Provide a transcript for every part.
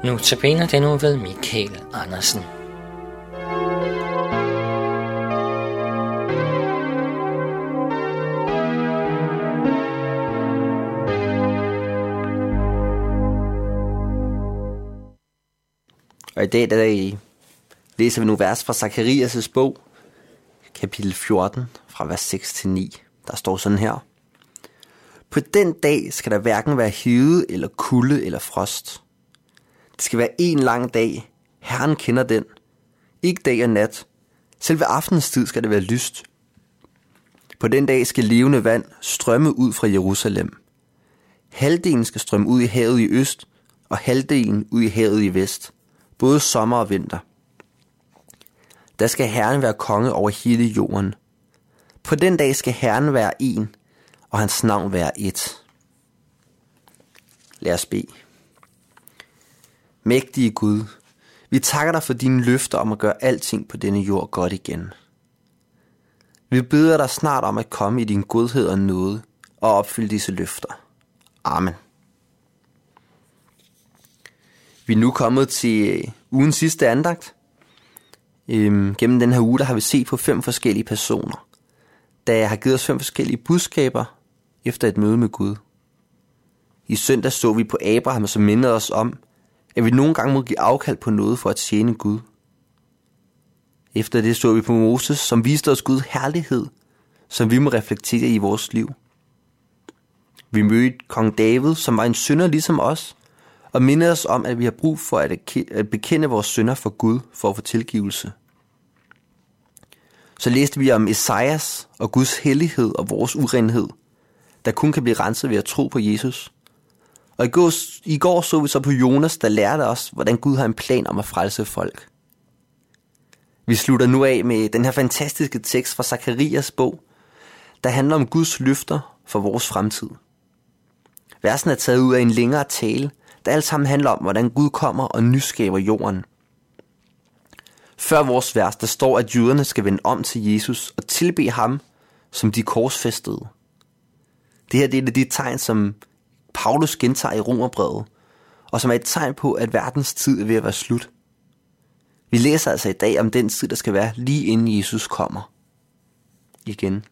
Nu tabiner det nu ved Michael Andersen. Og i dag læser vi nogle vers fra Zakarias' bog, kapitel 14, fra vers 6-9. Der står sådan her. På den dag skal der hverken være hede eller kulde eller frost. Det skal være en lang dag. Herren kender den. Ikke dag og nat. Selve aftenstid skal det være lyst. På den dag skal levende vand strømme ud fra Jerusalem. Halvdelen skal strømme ud i havet i øst, og halvdelen ud i havet i vest. Både sommer og vinter. Der skal Herren være konge over hele jorden. På den dag skal Herren være en, og hans navn være et. Lad os bede. Mægtige Gud, vi takker dig for dine løfter om at gøre alting på denne jord godt igen. Vi beder dig snart om at komme i din godhed og nåde og opfylde disse løfter. Amen. Vi er nu kommet til ugens sidste andagt. Gennem den her uge, der har vi set på 5 forskellige personer, der har givet os 5 forskellige budskaber efter et møde med Gud. I søndag så vi på Abraham, som mindede os om, at vi nogle gange må give afkald på noget for at tjene Gud. Efter det så vi på Moses, som viste os Guds herlighed, som vi må reflektere i vores liv. Vi mødte kong David, som var en synder ligesom os, og mindede os om, at vi har brug for at bekende vores synder for Gud for at få tilgivelse. Så læste vi om Esajas og Guds hellighed og vores urenhed, der kun kan blive renset ved at tro på Jesus. Og i går så vi så på Jonas, der lærte os, hvordan Gud har en plan om at frelse folk. Vi slutter nu af med den her fantastiske tekst fra Zakarias bog, der handler om Guds løfter for vores fremtid. Versen er taget ud af en længere tale, der alt sammen handler om, hvordan Gud kommer og nyskaber jorden. Før vores vers, der står, at jøderne skal vende om til Jesus og tilbede ham, som de korsfæstede. Det her det er de tegn, som Paulus gentager i Romerbrevet, og som er et tegn på, at verdens tid er ved at være slut. Vi læser altså i dag om den tid, der skal være lige inden Jesus kommer igen.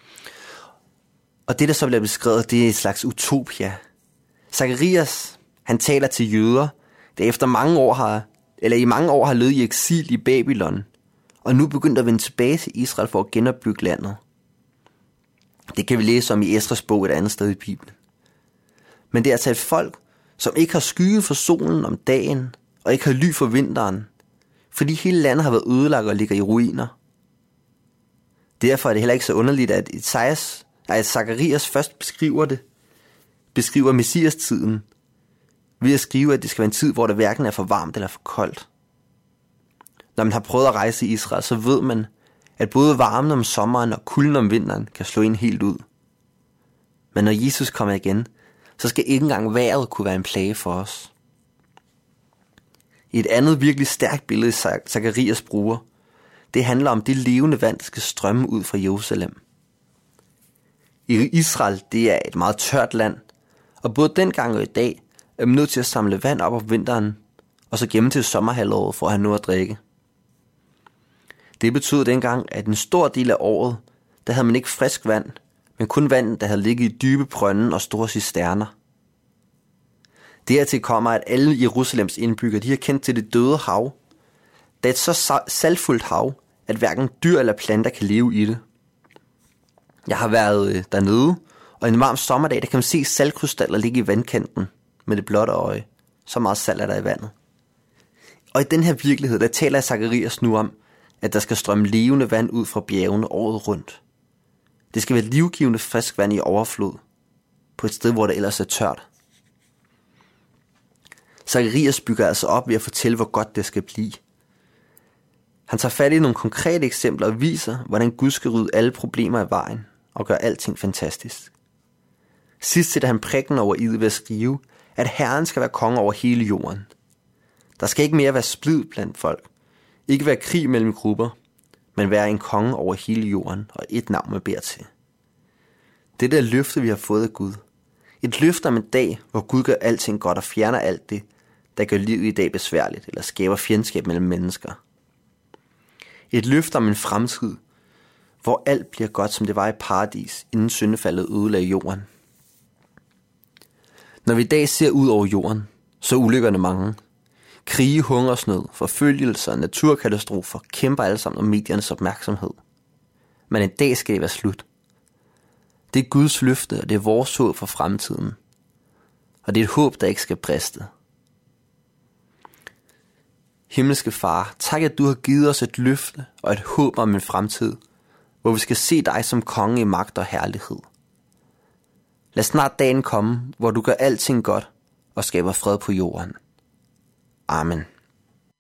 Og det, der så bliver beskrevet, det er et slags utopia. Zakarias, han taler til jøder, der efter i mange år har levet i eksil i Babylon, og nu begynder at vende tilbage til Israel for at genopbygge landet. Det kan vi læse om i Esdras bog et andet sted i Bibelen. Men det er altså et folk, som ikke har skygge for solen om dagen, og ikke har ly for vinteren, fordi hele landet har været ødelagt og ligger i ruiner. Derfor er det heller ikke så underligt, at Zakarias først beskriver Messias-tiden, ved at skrive, at det skal være en tid, hvor det hverken er for varmt eller for koldt. Når man har prøvet at rejse i Israel, så ved man, at både varmen om sommeren og kulden om vinteren kan slå en helt ud. Men når Jesus kommer igen, så skal ikke engang vejret kunne være en plage for os. Et andet virkelig stærkt billede, Zakarias bruger, det handler om det levende vand, der skal strømme ud fra Jerusalem. I Israel, det er et meget tørt land, og både dengang og i dag er man nødt til at samle vand op om vinteren, og så gemme til sommerhalvåret for at have noget at drikke. Det betød dengang, at en stor del af året, der havde man ikke frisk vand, men kun vand, der havde ligget i dybe brønde og store cisterner. Dertil kommer, at alle Jerusalems indbyggere, de har kendt til det døde hav. Det er et så saltfuldt hav, at hverken dyr eller planter kan leve i det. Jeg har været dernede, og en varm sommerdag, der kan man se saltkrystaller ligge i vandkanten med det blotte øje. Så meget salt er der i vandet. Og i den her virkelighed, der taler Zakarias nu om, at der skal strømme levende vand ud fra bjergene året rundt. Det skal være livgivende frisk vand i overflod, på et sted, hvor det ellers er tørt. Zakarias bygger altså op ved at fortælle, hvor godt det skal blive. Han tager fat i nogle konkrete eksempler og viser, hvordan Gud skal rydde alle problemer af vejen og gøre alting fantastisk. Sidst sætter han prikken over i'et ved at skrive, at Herren skal være konge over hele jorden. Der skal ikke mere være splid blandt folk, ikke være krig mellem grupper, men være en konge over hele jorden og et navn man beder til. Det der løfte, vi har fået af Gud. Et løfte om en dag, hvor Gud gør alting godt og fjerner alt det, der gør livet i dag besværligt eller skaber fjendskab mellem mennesker. Et løfte om en fremtid, hvor alt bliver godt, som det var i paradis, inden syndefaldet ødelagde jorden. Når vi i dag ser ud over jorden, så er ulykkerne mange. Krige, hungersnød, forfølgelser, naturkatastrofer kæmper alle sammen om mediernes opmærksomhed. Men en dag skal det være slut. Det er Guds løfte, og det er vores håb for fremtiden. Og det er et håb, der ikke skal briste. Himmelske Far, tak at du har givet os et løfte og et håb om en fremtid, hvor vi skal se dig som konge i magt og herlighed. Lad snart dagen komme, hvor du gør alting godt og skaber fred på jorden. Amen.